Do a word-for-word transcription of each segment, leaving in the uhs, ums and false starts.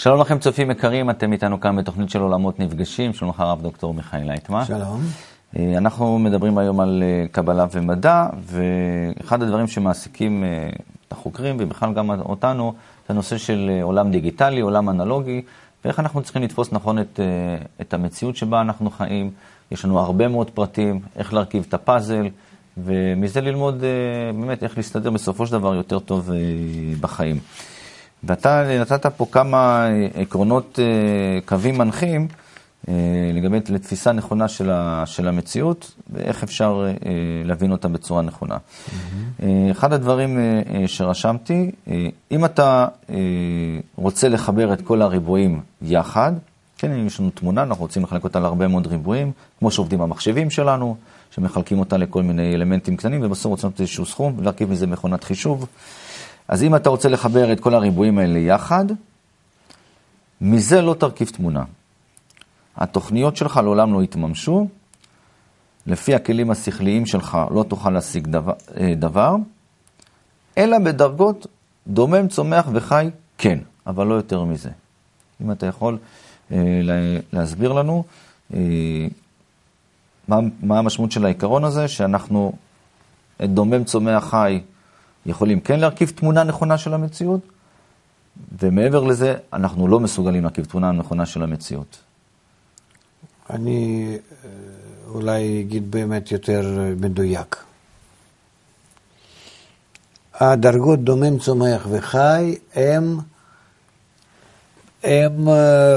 שלום לכם צופים יקרים, אתם איתנו כאן בתוכנית של עולמות נפגשים, שלום לך הרב דוקטור מיכאל לייטמן. שלום. אנחנו מדברים היום על קבלה ומדע, ואחד הדברים שמעסיקים את החוקרים ובכלל גם אותנו, זה הנושא של עולם דיגיטלי, עולם אנלוגי, ואיך אנחנו צריכים לתפוס נכון את, את המציאות שבה אנחנו חיים. יש לנו הרבה מאוד פרטים, איך להרכיב את הפאזל, ומזה ללמוד באמת איך להסתדר בסופו של דבר יותר טוב בחיים. ואתה נתת פה כמה עקרונות, קווים מנחים, לגבי לתפיסה נכונה של, ה, של המציאות, ואיך אפשר להבין אותה בצורה נכונה. Mm-hmm. אחד הדברים שרשמתי, אם אתה רוצה לחבר את כל הריבועים יחד, כן, אם יש לנו תמונה, אנחנו רוצים לחלק אותה להרבה מאוד ריבועים, כמו שעובדים המחשבים שלנו, שמחלקים אותה לכל מיני אלמנטים קטנים, ובסוף רוצים לתת איזשהו סכום, ולהרכיב מזה מכונת חישוב. אז אם אתה רוצה לחבר את כל הריבועים האלה יחד, מזה לא תרכיב תמונה. התוכניות שלך לעולם לא יתממשו, לפי הכלים השכליים שלך לא תוכל להשיג דבר, דבר אלא בדרגות דומם, צומח וחי, כן, אבל לא יותר מזה. אם אתה יכול אה, להסביר לנו אה, מה, מה המשמעות של העיקרון הזה, שאנחנו את דומם, צומח, חי יכולים כן להרכיב תמונה נכונה של המציאות, ומעבר לזה אנחנו לא מסוגלים להרכיב תמונה נכונה של המציאות. אני אולי אגיד באמת יותר מדויק. הדרגות דומם, צומח וחי הם, הם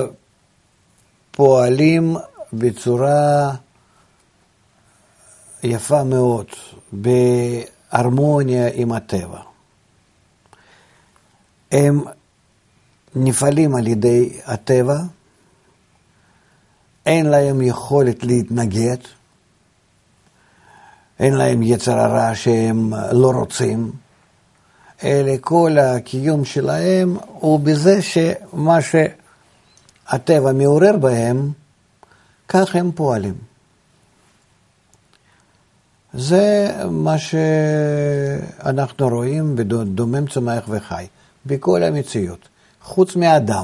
פועלים בצורה יפה מאוד, בהרמוניה עם הטבע. הם נפעלים על ידי הטבע, אין להם יכולת להתנגד, אין להם יצר הרע שהם לא רוצים, אלא כל הקיום שלהם הוא בזה שמה שהטבע מעורר בהם, כך הם פועלים. זה מה שאנחנו רואים בדומם, צומח וחי, בכל המציאות, חוץ מאדם.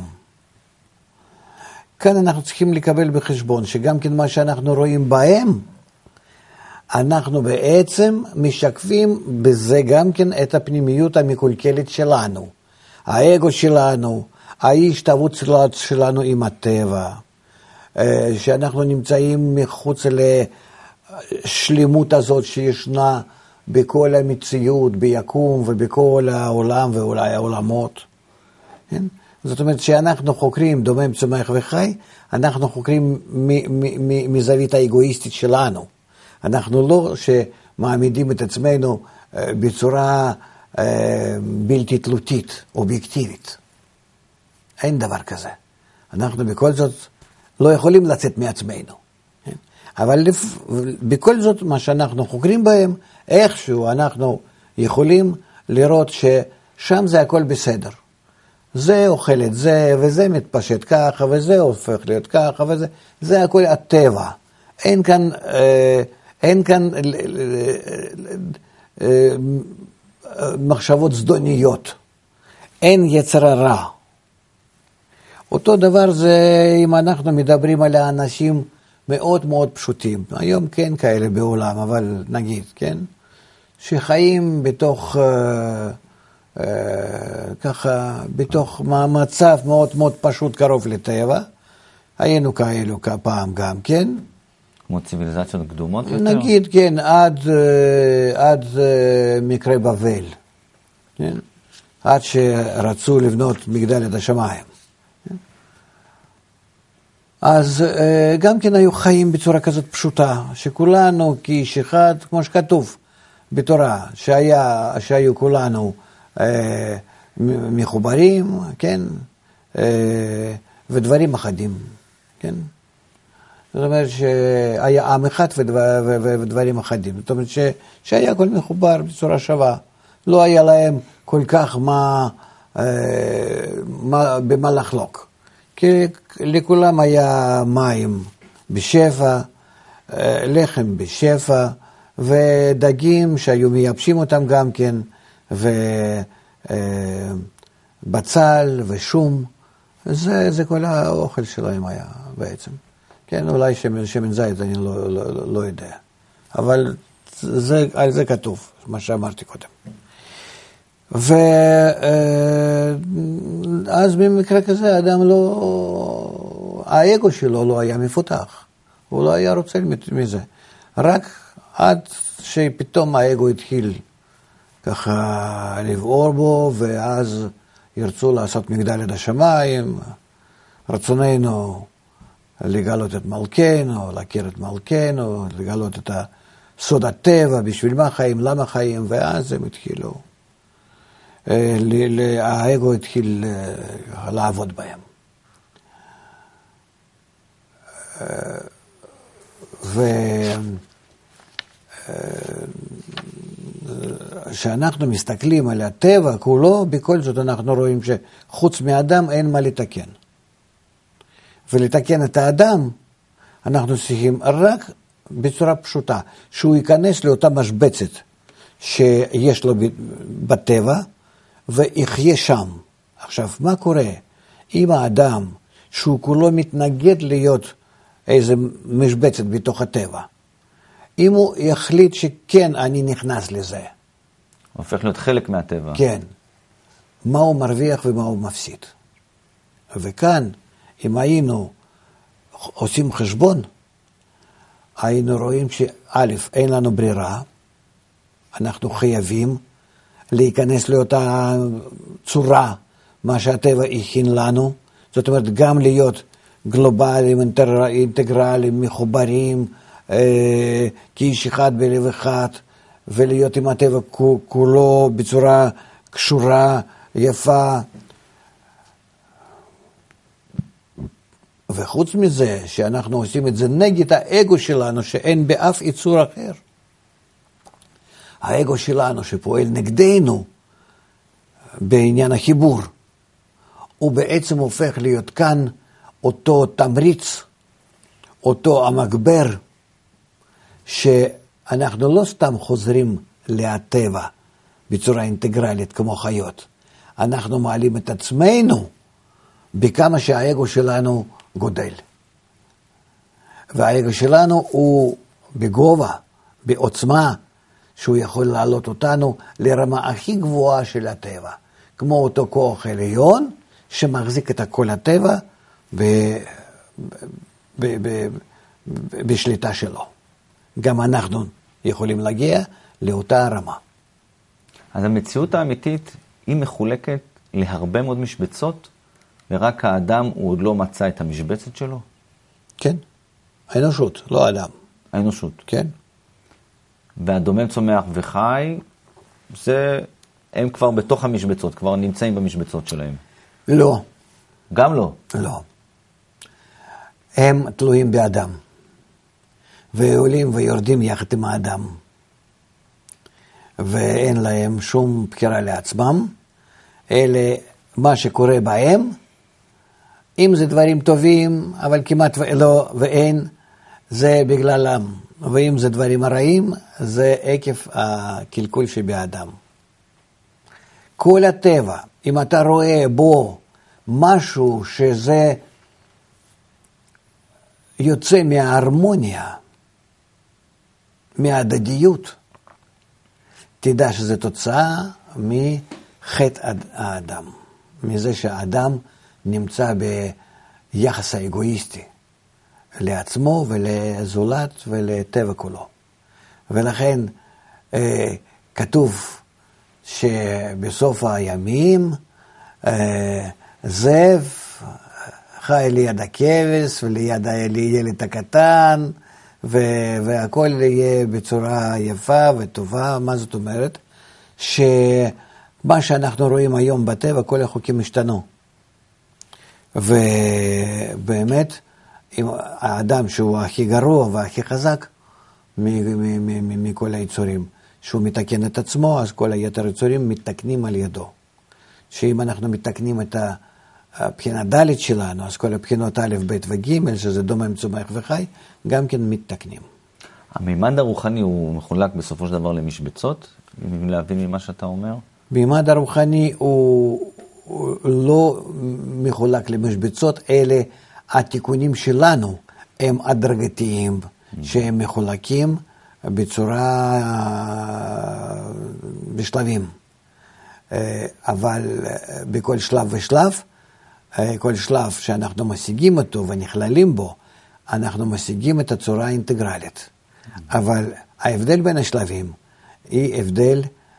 כאן אנחנו צריכים לקבל בחשבון שגם כן מה שאנחנו רואים בהם, אנחנו בעצם משקפים בזה גם כן את הפנימיות המקולקלת שלנו. האגו שלנו, ההשתוות שלנו עם הטבע, שאנחנו נמצאים מחוץ לשלימות הזאת שישנה בכל המציאות, ביקום ובכל העולם ואולי העולמות. כן? זאת אומרת שאנחנו חוקרים דומם, צומח וחי, אנחנו חוקרים מזווית האגואיסטית שלנו. אנחנו לא שמעמידים את עצמנו בצורה בלתי תלותית, אובייקטיבית. אין דבר כזה. אנחנו בכל זאת לא יכולים לצאת מעצמנו. אבל בכל זאת מה שאנחנו חוקרים בהם, איכשהו אנחנו יכולים לראות ששם זה הכל בסדר. זה אוכל את זה, וזה מתפשט ככה, וזה הופך להיות ככה, וזה, זה הכל הטבע. אין כאן, אה, אין כאן אה, אה, מחשבות זדוניות. אין יצר הרע. אותו דבר זה אם אנחנו מדברים על האנשים מאוד מאוד פשוטים. היום כן כאלה בעולם, אבל נגיד, כן? שחיים בתוך... אה, Uh, ככה, בתוך מצב מאוד מאוד פשוט קרוב לטבע. היינו כאלו פעם גם, כן? כמו ציביליזציות קדומות יותר? נגיד, כן, עד, uh, עד uh, מקרה בבל. כן? עד שרצו לבנות מגדל השמיים. כן? אז uh, גם כן היו חיים בצורה כזאת פשוטה, שכולנו כאיש אחד, כמו שכתוב בתורה, שהיה, שהיו כולנו מחוברים, כן, ודברים אחדים, כן. זאת אומרת שהיה עם אחד ודברים אחדים. זאת אומרת שהיה הכל מחובר בצורה שווה. לא היה להם כל כך מה, מה במה לחלוק. כי לכולם היה מים בשפע, לחם בשפע, ודגים שהיו מייבשים אותם גם כן, ובצל ושום זה, זה כל האוכל שלהם היה בעצם. כן, אולי שמן, שמן זית, אני לא, לא, לא יודע. אבל זה, על זה כתוב, מה שאמרתי קודם. ואז במקרה כזה, האדם לא, האגו שלו לא היה מפותח. הוא לא היה רוצה מזה. רק עד שפתאום האגו התחיל ככה לבעור בו, ואז ירצו לעשות מגדל עד השמיים, רצוננו לגלות את מלכנו, להכיר את מלכנו, לגלות את סוד הטבע, בשביל מה חיים, למה חיים, ואז הם התחילו, האגו התחיל לעבוד בהם. וכשאנחנו מסתכלים על הטבע כולו, בכל זאת אנחנו רואים שחוץ מאדם אין מה לתקן. ולתקן את האדם, אנחנו צריכים רק בצורה פשוטה, שהוא ייכנס לאותה משבצת שיש לו בטבע, ויחיה שם. עכשיו, מה קורה אם האדם שהוא כולו מתנגד להיות איזה משבצת בתוך הטבע? אם הוא יחליט שכן, אני נכנס לזה. הוא הופך להיות חלק מהטבע. כן. מה הוא מרוויח ומה הוא מפסיד. וכאן, אם היינו עושים חשבון, היינו רואים שא', אין לנו ברירה, אנחנו חייבים להיכנס לאותה צורה, מה שהטבע הכין לנו, זאת אומרת, גם להיות גלובליים, אינטגרליים, מחוברים, אה, כאיש אחד בלב אחד, ולהיות עם הטבע כולו בצורה קשורה, יפה. וחוץ מזה, שאנחנו עושים את זה נגד האגו שלנו, שאין באף יצור אחר. האגו שלנו שפועל נגדנו בעניין החיבור, הוא בעצם הופך להיות כאן אותו תמריץ, אותו המגבר, שאנחנו לא סתם חוזרים להטבע בצורה אינטגרלית כמו חיות. אנחנו מעלים את עצמנו בכמה שהאגו שלנו גודל. והאגו שלנו הוא בגובה, בעוצמה, שהוא יכול לעלות אותנו לרמה הכי גבוהה של הטבע. כמו אותו כוח עליון שמחזיק את כל הטבע ב, ב, ב, ב, בשליטה שלו. גם אנחנו יכולים להגיע לאותה רמה. אז המציאות האמיתית היא מחולקת להרבה מאוד משבצות, ורק האדם הוא עוד לא מצא את המשבצת שלו? כן, האנושות, לא האדם. האנושות. כן. והדומם, צומח וחי, זה, הם כבר בתוך המשבצות, כבר נמצאים במשבצות שלהם. לא. גם לא? לא. הם תלויים באדם, ועולים ויורדים יחד עם האדם, ואין להם שום בחירה לעצמם, אלא מה שקורה בהם, אם זה דברים טובים, אבל כמעט לא ואין, זה בגללם. ואם זה דברים הרעים, זה עקב הקלקול שבאדם. כל הטבע, אם אתה רואה בו משהו שזה יוצא מההרמוניה, מההדדיות, תדע שזה תוצאה מחטא האדם. מזה שהאדם נמצא ביחס האגואיסטי לעצמו ולזולת ולטבע כולו. ולכן אה, כתוב שבסוף הימים אה, זאב חי ליד הכבש וליד הילד הקטן, והכל יהיה בצורה יפה וטובה. מה זאת אומרת? שמה שאנחנו רואים היום בטבע, כל החוקים השתנו. ובאמת, אם האדם שהוא הכי גרוע והכי חזק מכל היצורים, שהוא מתקן את עצמו, אז כל היתר היצורים מתקנים על ידו. שאם אנחנו מתקנים את הבחינה ד' שלנו, אז כל הבחינות א', ב' וג', שזה דומם, צומח וחי, גם כן מתקנים. המימד הרוחני הוא מחולק בסופו של דבר למשבצות, אם להבין ממה שאתה אומר? מימד הרוחני הוא, לא מחולק למשבצות, אלה התיקונים שלנו הם הדרגתיים, שהם מחולקים בצורה, בשלבים. אבל בכל שלב ושלב, כל שלב שאנחנו משיגים אותו ונכללים בו, אנחנו משיגים את הצורה האינטגרלית. אבל ההבדל בין השלבים היא הבדל...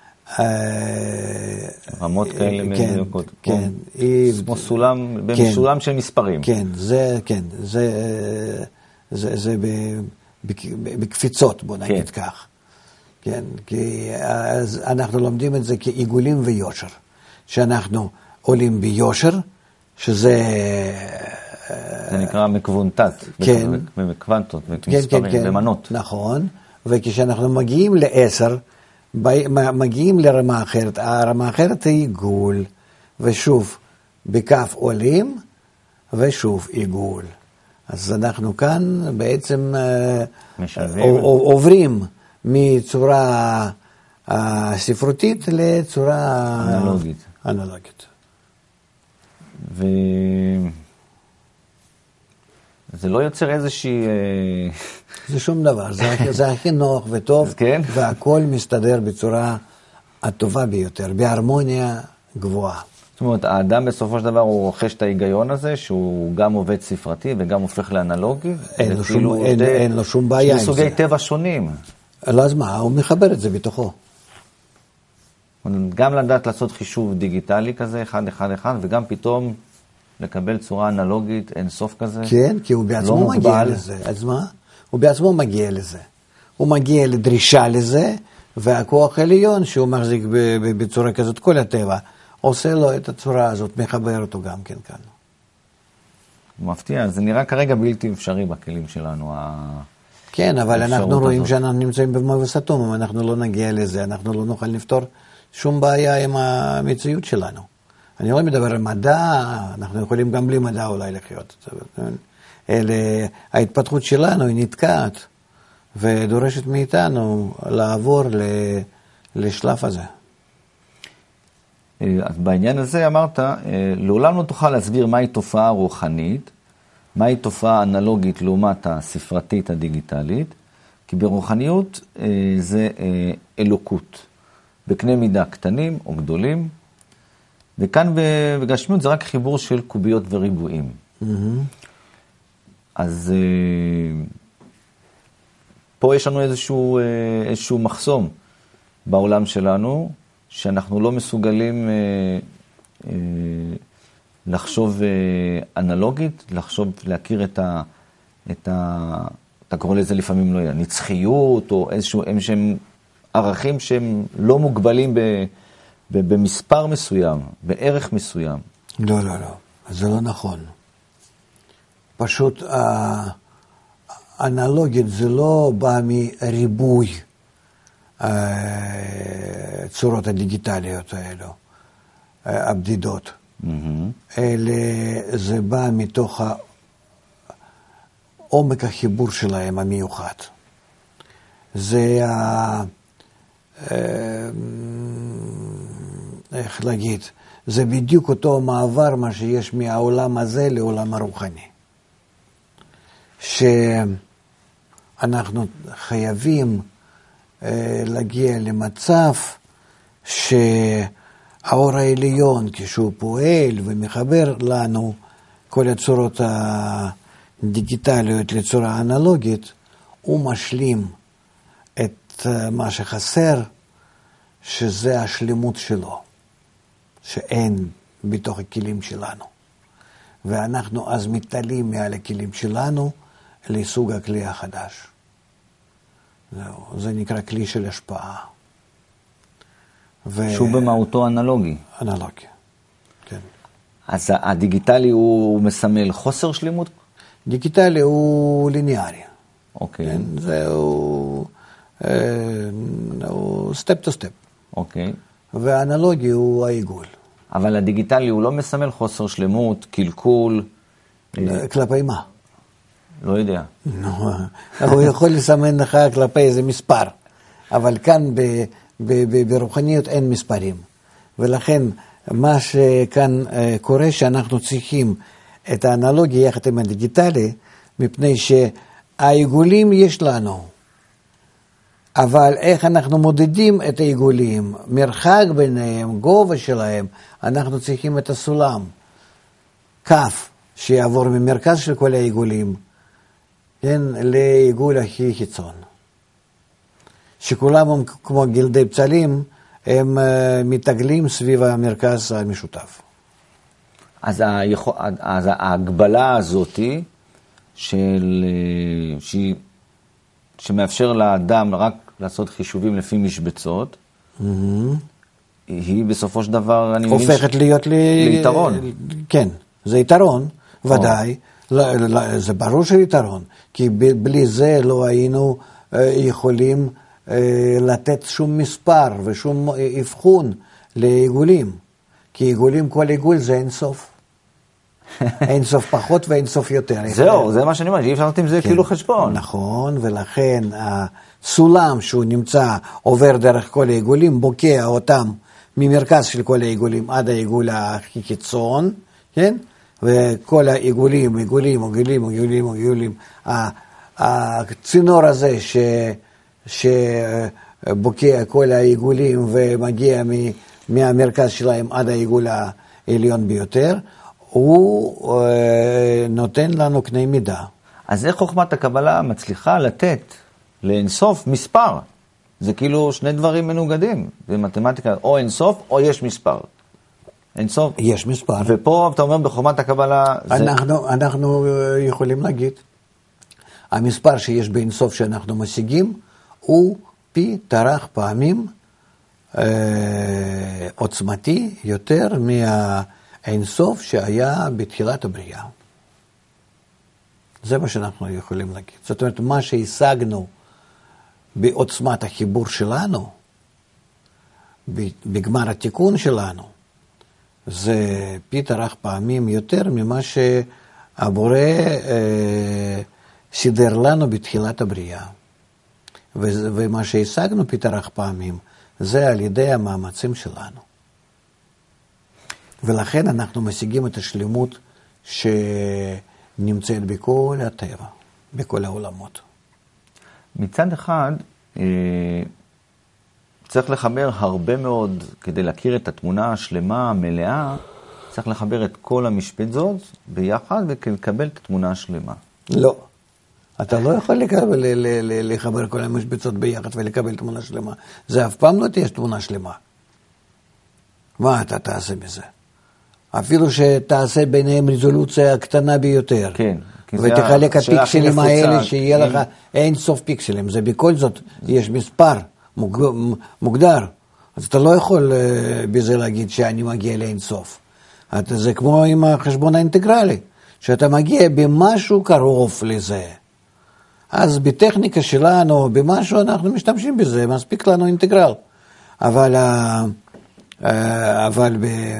רמות כאלה מדויקות. כן. כמו סולם, בסולם של מספרים. כן, זה, כן, זה, זה, זה בקפיצות, בוא נגיד כך. כן, כי אז אנחנו לומדים את זה כעיגולים ויושר. שאנחנו עולים ביושר, שזה... זה נקרא מקוונטת, כן. במקוונטות, כן, מספרים, כן, כן. במנות. נכון, וכשאנחנו מגיעים לעשר, מגיעים לרמה אחרת, הרמה אחרת היא עיגול, ושוב, בכף עולים, ושוב עיגול. אז אנחנו כאן בעצם משלבים. עוברים מצורה ספרותית לצורה אנלוגית. אנלוגית. ו... זה לא יוצר איזושהי... זה שום דבר, זה, זה הכי נוח וטוב, כן? והכל מסתדר בצורה הטובה ביותר, בהרמוניה גבוהה. זאת אומרת, האדם בסופו של דבר הוא רוכש את ההיגיון הזה, שהוא גם עובד ספרתי וגם הופך לאנלוגי. אין לו שום, אין, די, אין לו שום בעיה עם זה. סוגי טבע שונים. לא, אז מה, הוא מחבר את זה בתוכו. גם לדעת לעשות חישוב דיגיטלי כזה, אחד, אחד, אחד, וגם פתאום לקבל צורה אנלוגית, אין סוף כזה. כן, כי הוא בעצמו לא מגיע לזה. אז מה? הוא בעצמו מגיע לזה. הוא מגיע לדרישה לזה, והכוח העליון שהוא מחזיק בצורה כזאת, כל הטבע, עושה לו את הצורה הזאת, מחבר אותו גם כן כאן. מפתיע, זה נראה כרגע בלתי אפשרי בכלים שלנו. כן, אבל אנחנו רואים שאנחנו נמצאים במבוי אטום, אם אנחנו לא נגיע לזה, אנחנו לא נוכל לפתור שום בעיה עם המציאות שלנו. אני לא מדבר על מדע, אנחנו יכולים גם בלי מדע אולי לחיות. אלה, ההתפתחות שלנו היא נתקעת, ודורשת מאיתנו לעבור לשלב הזה. אז בעניין הזה אמרת, לעולם לא תוכל להסביר מהי תופעה רוחנית, מהי תופעה אנלוגית לעומת הספרתית הדיגיטלית, כי ברוחניות זה אלוקות, בקנה מידה קטנים או גדולים, וכאן בגשמיות זה רק חיבור של קוביות וריבועים. Mm-hmm. אז פה יש לנו איזשהו, איזשהו מחסום בעולם שלנו, שאנחנו לא מסוגלים לחשוב אנלוגית, לחשוב, להכיר את ה... את ה אתה קורא לזה לפעמים לא יודע, נצחיות, או איזשהו, הם שהם ערכים שהם לא מוגבלים ב, ב, במספר מסוים, בערך מסוים. לא, לא, לא. זה לא נכון. פשוט האנלוגית זה לא בא מריבוי הצורות הדיגיטליות האלו, הבדידות. Mm-hmm. אלה, זה בא מתוך עומק החיבור שלהם המיוחד. זה, איך להגיד, זה בדיוק אותו מעבר מה שיש מהעולם הזה לעולם הרוחני. שאנחנו חייבים להגיע למצב שהאור העליון, כשהוא פועל ומחבר לנו כל הצורות הדיגיטליות לצורה אנלוגית, הוא משלים את מה שחסר, שזה השלמות שלו, שאין בתוך הכלים שלנו. ואנחנו אז מתעלים מעל הכלים שלנו לסוג הכלי החדש. זהו, זה נקרא כלי של השפעה. ו... שהוא במהותו אנלוגי. אנלוגי, כן. אז הדיגיטלי הוא מסמל חוסר שלמות? דיגיטלי הוא ליניארי. אוקיי. כן, זהו, אה, הוא סטפ טו סטפ. אוקיי. והאנלוגי הוא העיגול. אבל הדיגיטלי הוא לא מסמל חוסר שלמות, קלקול. כלפי מה? לא יודע. הוא יכול לסמן לך כלפי איזה מספר, אבל כאן ברוחניות אין מספרים, ולכן מה שכאן קורה, שאנחנו צריכים את האנלוגיה יחד עם הדיגיטלי, מפני שהעיגולים יש לנו, אבל איך אנחנו מודדים את העיגולים, מרחק ביניהם, גובה שלהם, אנחנו צריכים את הסולם, כף שיעבור ממרכז של כל העיגולים, כן, לעיגול הכי חיצון. שכולם הם כמו גלדי פצלים, הם מתעגלים סביב המרכז המשותף. אז, היכול, אז ההגבלה הזאת של, שהיא, שמאפשר לאדם רק לעשות חישובים לפי משבצות, mm-hmm. היא בסופו של דבר, אני מבין, הופכת להיות לי... ליתרון. כן, זה יתרון, ודאי. לא, לא, זה ברור של יתרון, כי בלי זה לא היינו יכולים לתת שום מספר ושום אבחון לעיגולים. כי עיגולים, כל עיגול זה אין סוף. אין סוף פחות ואין סוף יותר. זהו, זה מה שאני אומר, אי אפשר לתת עם זה כאילו חשבון. נכון, ולכן הסולם שהוא נמצא, עובר דרך כל העיגולים, בוקע אותם ממרכז של כל העיגולים עד העיגול הכי קיצון, כן? וכל העיגולים, עיגולים, עיגולים, עיגולים, עיגולים, הצינור הזה ש... שבוקע כל העיגולים ומגיע מהמרכז שלהם עד העיגול העליון ביותר, הוא נותן לנו קנה מידה. אז איך חוכמת הקבלה מצליחה לתת לאינסוף מספר? זה כאילו שני דברים מנוגדים. זה מתמטיקה, או אינסוף או יש מספר. אינסוף. יש מספר. ופה אתה אומר בחוכמת הקבלה... אנחנו, זה... אנחנו יכולים להגיד, המספר שיש באינסוף שאנחנו משיגים, הוא פי תרח פעמים אה, עוצמתי יותר מהאינסוף שהיה בתחילת הבריאה. זה מה שאנחנו יכולים להגיד. זאת אומרת, מה שהשגנו בעוצמת החיבור שלנו, בגמר התיקון שלנו, זה פי תרח פעמים יותר ממה שהבורא אה, סידר לנו בתחילת הבריאה. ומה שהשגנו פי תרח פעמים, זה על ידי המאמצים שלנו. ולכן אנחנו משיגים את השלמות שנמצאת בכל הטבע, בכל העולמות. מצד אחד, צריך לחבר הרבה מאוד, כדי להכיר את התמונה השלמה, המלאה, צריך לחבר את כל המשבצות ביחד ולקבל את התמונה השלמה. לא. אתה לא יכול לקבל, לחבר כל המשבצות ביחד ולקבל תמונה שלמה. זה אף פעם לא תהיה תמונה שלמה. מה אתה תעשה בזה? אפילו שתעשה ביניהם רזולוציה קטנה ביותר. כן. ותחלק הפיקסלים האלה שיהיה לך אין סוף פיקסלים. זה בכל זאת יש מספר מוגדר. אז אתה לא יכול בזה להגיד שאני מגיע לאין סוף. זה כמו עם החשבון האינטגרלי. שאתה מגיע במשהו קרוב לזה. אז בטכניקה שלנו, במשהו אנחנו משתמשים בזה, מספיק לנו אינטגרל. אבל, אבל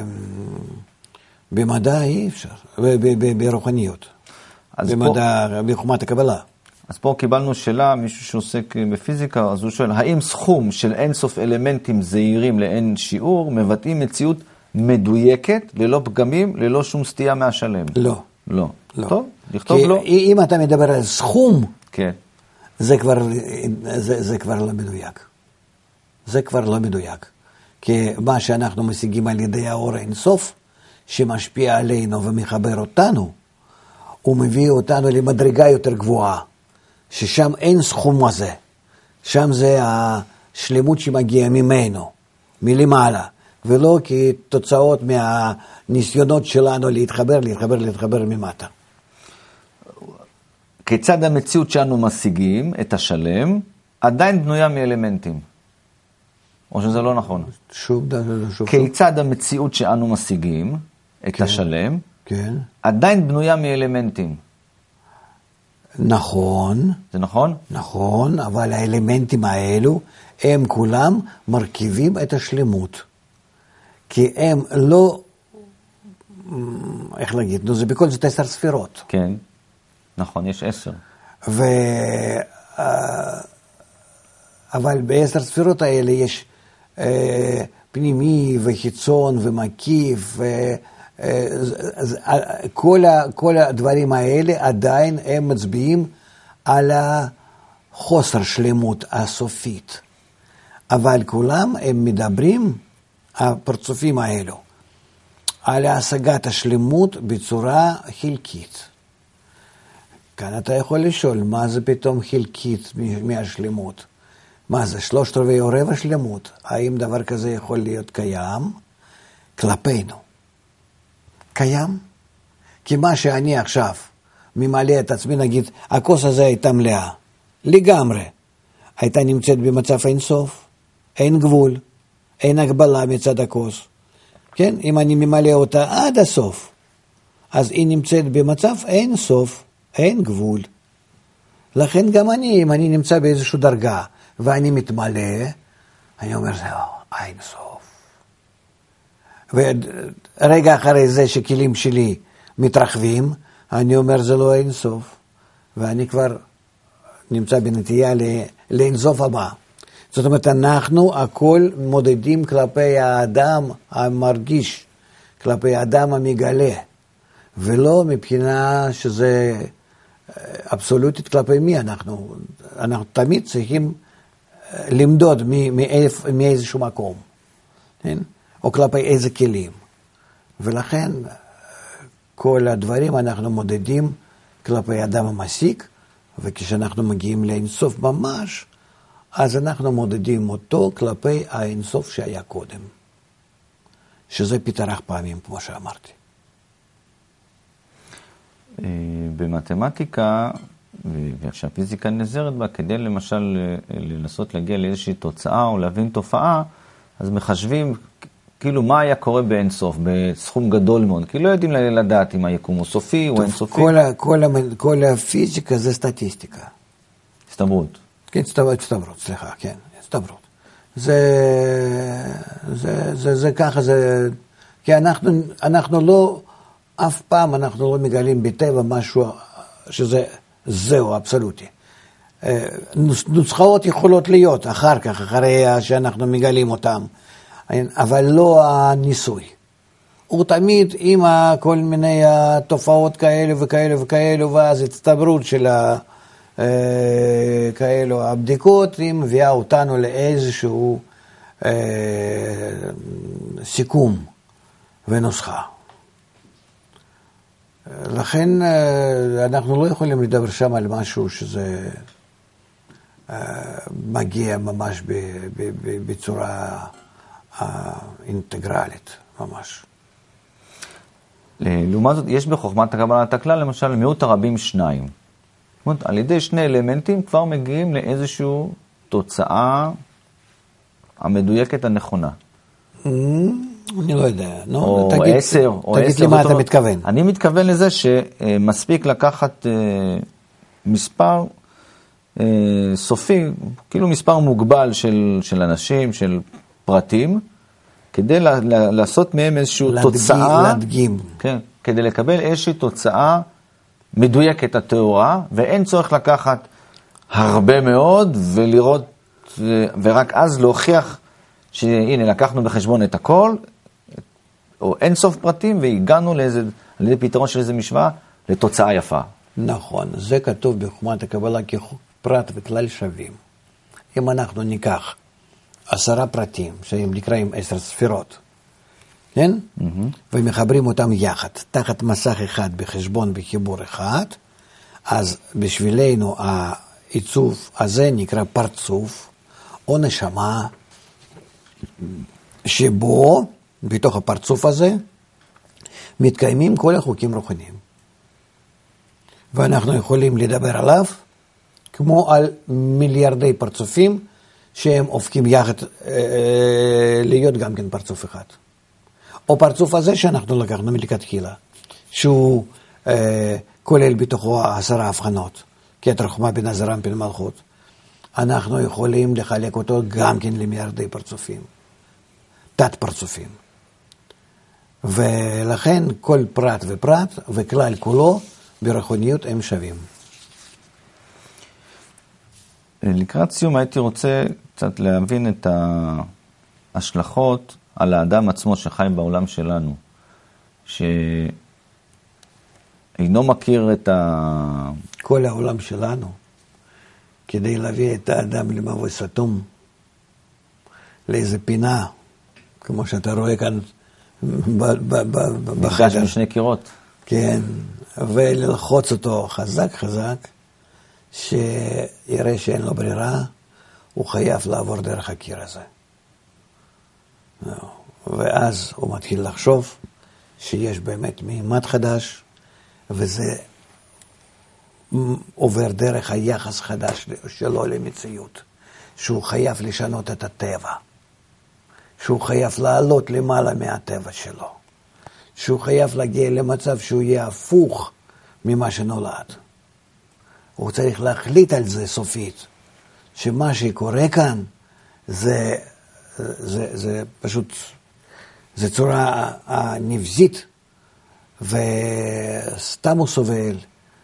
במדע אי אפשר, ברוחניות, במדע, בחוכמת הקבלה. אז פה קיבלנו שאלה, מישהו שעוסק בפיזיקה, אז הוא שואל, האם סכום של אינסוף אלמנטים זעירים לאין שיעור, מבטאים מציאות מדויקת, ללא פגמים, ללא שום סטייה מהשלם? לא. לא. לא. טוב, לכתוב לא. כי אם אתה מדבר על סכום, כן. זה כבר, זה, זה כבר לא מדויק. זה כבר לא מדויק. כי מה שאנחנו משיגים על ידי האור האינסוף, שמשפיע עלינו ומחבר אותנו, הוא מביא אותנו למדרגה יותר גבוהה, ששם אין סכום הזה. שם זה השלמות שמגיעה ממנו, מלמעלה, ולא כתוצאות מהניסיונות שלנו להתחבר, להתחבר, להתחבר ממטה. כיצד המציאות שאנו משיגים את השלם, עדיין בנויה מאלמנטים? או שזה לא נכון? שוב, שוב. כיצד המציאות שאנו משיגים את כן, השלם, כן. עדיין בנויה מאלמנטים? נכון. זה נכון? נכון, אבל האלמנטים האלו, הם כולם מרכיבים את השלמות. כי הם לא, איך להגיד, נו, זה בכל זאת עשר ספירות. כן, נכון, יש עשר. ו... אבל בעשר ספירות האלה יש פנימי וחיצון ומקיף, כל הדברים האלה עדיין הם מצביעים על החוסר שלמות הסופית. אבל כולם הם מדברים, הפרצופים האלו, על השגת השלמות בצורה חלקית. כאן אתה יכול לשאול, מה זה פתאום חלקית מהשלמות? מה זה, שלושת רבעי או רבע שלמות? האם דבר כזה יכול להיות קיים? כלפינו. קיים? כי מה שאני עכשיו ממלא את עצמי, נגיד, הכוס הזה הייתה מלאה, לגמרי. הייתה נמצאת במצב אין סוף, אין גבול, אין הגבלה מצד הכוס. כן? אם אני ממלא אותה עד הסוף, אז היא נמצאת במצב אין סוף, אין גבול. לכן גם אני, אם אני נמצא באיזושהי דרגה, ואני מתמלא, אני אומר, זהו, אין סוף. ורגע אחרי זה שכלים שלי מתרחבים, אני אומר, זה לא אין סוף. ואני כבר נמצא בנטייה לאין סוף הבא. זאת אומרת, אנחנו הכל מודדים כלפי האדם המרגיש, כלפי האדם המגלה, ולא מבחינה שזה אבסולוטית כלפי מי אנחנו. אנחנו תמיד צריכים למדוד מאיזשהו מקום, כן? או כלפי איזה כלים. ולכן כל הדברים אנחנו מודדים כלפי האדם המסיק, וכשאנחנו מגיעים לאינסוף ממש, אז אנחנו מודדים אותו כלפי האינסוף שהיה קודם. שזה פתרח פעמים, כמו שאמרתי. במתמטיקה, והפיזיקה נזרת בה, כדי למשל לנסות להגיע לאיזושהי תוצאה או להבין תופעה, אז מחשבים כאילו מה היה קורה באינסוף, בסכום גדול מאוד, כי לא יודעים לדעת אם היקום הוא סופי או אינסופי. כל, כל, כל הפיזיקה זה סטטיסטיקה. הסתברות. כן, הסתברות, הסתברות, סליחה, כן, הסתברות. זה, זה, זה, זה ככה, זה, כי אנחנו, אנחנו לא, אף פעם אנחנו לא מגלים בטבע משהו שזה, זהו, אבסולוטי. נוסחאות יכולות להיות אחר כך, אחרי שאנחנו מגלים אותם, אבל לא הניסוי. הוא תמיד עם כל מיני תופעות כאלה וכאלה וכאלה, ואז הצטברות של כאלו הבדיקות, היא מביאה אותנו לאיזשהו סיכום ונוסחה. לכן אנחנו לא יכולים לדבר שם על משהו שזה מגיע ממש בצורה אינטגרלית, ממש. לעומת זאת, יש בחוכמת הקבלת הכלל, למשל, מיעוט הרבים שניים. זאת אומרת, על ידי שני אלמנטים כבר מגיעים לאיזושהי תוצאה המדויקת הנכונה. אני לא יודע. או עשר, או עשר. תגיד לי מה אתה מתכוון. אני מתכוון לזה שמספיק לקחת מספר סופי, כאילו מספר מוגבל של, של אנשים, של פרטים, כדי לעשות מהם איזושהי תוצאה. להדגים. כן, כדי לקבל איזושהי תוצאה מדויקת התיאורה, ואין צורך לקחת הרבה מאוד ולראות, ורק אז להוכיח שהנה, לקחנו בחשבון את הכל, או אין סוף פרטים, והגענו לאיזה, על ידי פתרון של איזה משוואה, לתוצאה יפה. נכון, זה כתוב בחוכמת הקבלה כפרט וכלל שווים. אם אנחנו ניקח עשרה פרטים, שהם נקראים עשר ספירות, כן? Mm-hmm. ומחברים אותם יחד, תחת מסך אחד בחשבון בחיבור אחד, אז בשבילנו העיצוב הזה נקרא פרצוף, או נשמה, שבו, בתוך הפרצוף הזה, מתקיימים כל החוקים רוחניים. ואנחנו יכולים לדבר עליו כמו על מיליארדי פרצופים, שהם הופכים יחד אה, להיות גם כן פרצוף אחד. או פרצוף הזה שאנחנו לקחנו מלכתחילה, שהוא אה, כולל בתוכו עשרה הבחנות, כתר חוכמה בין הזרם בין מלכות. אנחנו יכולים לחלק אותו גם כן למיליארדי פרצופים, תת פרצופים. ולכן כל פרט ופרט וכלל כולו ברוחניות הם שווים. לקראת סיום הייתי רוצה קצת להבין את ההשלכות על האדם עצמו שחי בעולם שלנו, שאינו מכיר את ה... כל העולם שלנו, כדי להביא את האדם למבוי סתום, לאיזה פינה, כמו שאתה רואה כאן בחדר. מפגש משני קירות. כן, וללחוץ אותו חזק חזק, שיראה שאין לו ברירה, הוא חייב לעבור דרך הקיר הזה. ואז הוא מתחיל לחשוב שיש באמת מימד חדש, וזה עובר דרך היחס חדש שלו למציאות, שהוא חייב לשנות את הטבע, שהוא חייב לעלות למעלה מהטבע שלו, שהוא חייב להגיע למצב שהוא יהיה הפוך ממה שנולד. הוא צריך להחליט על זה סופית, שמה שקורה כאן זה, זה, זה פשוט, זה צורה הנבזית, וסתם הוא סובל,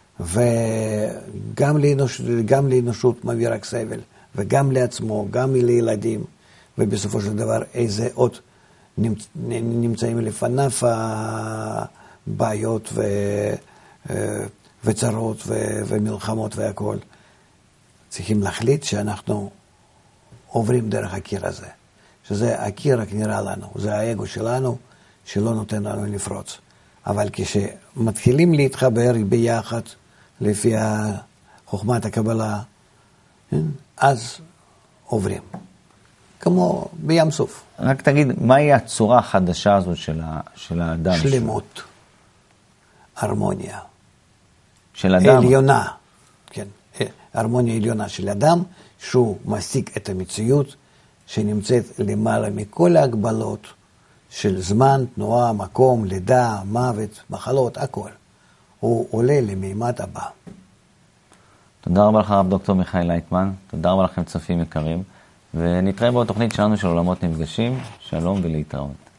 וגם לאנוש, גם לאנושות מביא רק סבל, וגם לעצמו, גם לילדים, ובסופו של דבר איזה עוד נמצאים לפניו הבעיות ו, וצרות ו, ומלחמות והכל. צריכים להחליט שאנחנו עוברים דרך הקיר הזה, שזה הקיר רק נראה לנו, זה האגו שלנו שלא נותן לנו לפרוץ. אבל כשמתחילים להתחבר ביחד לפי חוכמת הקבלה, אז עוברים. כמו בים סוף. רק תגיד, מהי הצורה החדשה הזאת של, ה, של האדם? שלמות, הרמוניה. של אדם? עליונה, כן. הרמוניה עליונה של אדם, שהוא משיג את המציאות שנמצאת למעלה מכל ההגבלות של זמן, תנועה, מקום, לידה, מוות, מחלות, הכל. הוא עולה למימד הבא. תודה רבה לך, רב דוקטור מיכאל לייטמן. תודה רבה לכם, צופים יקרים. ונתראה בתוכנית שלנו של עולמות נפגשים. שלום ולהתראות.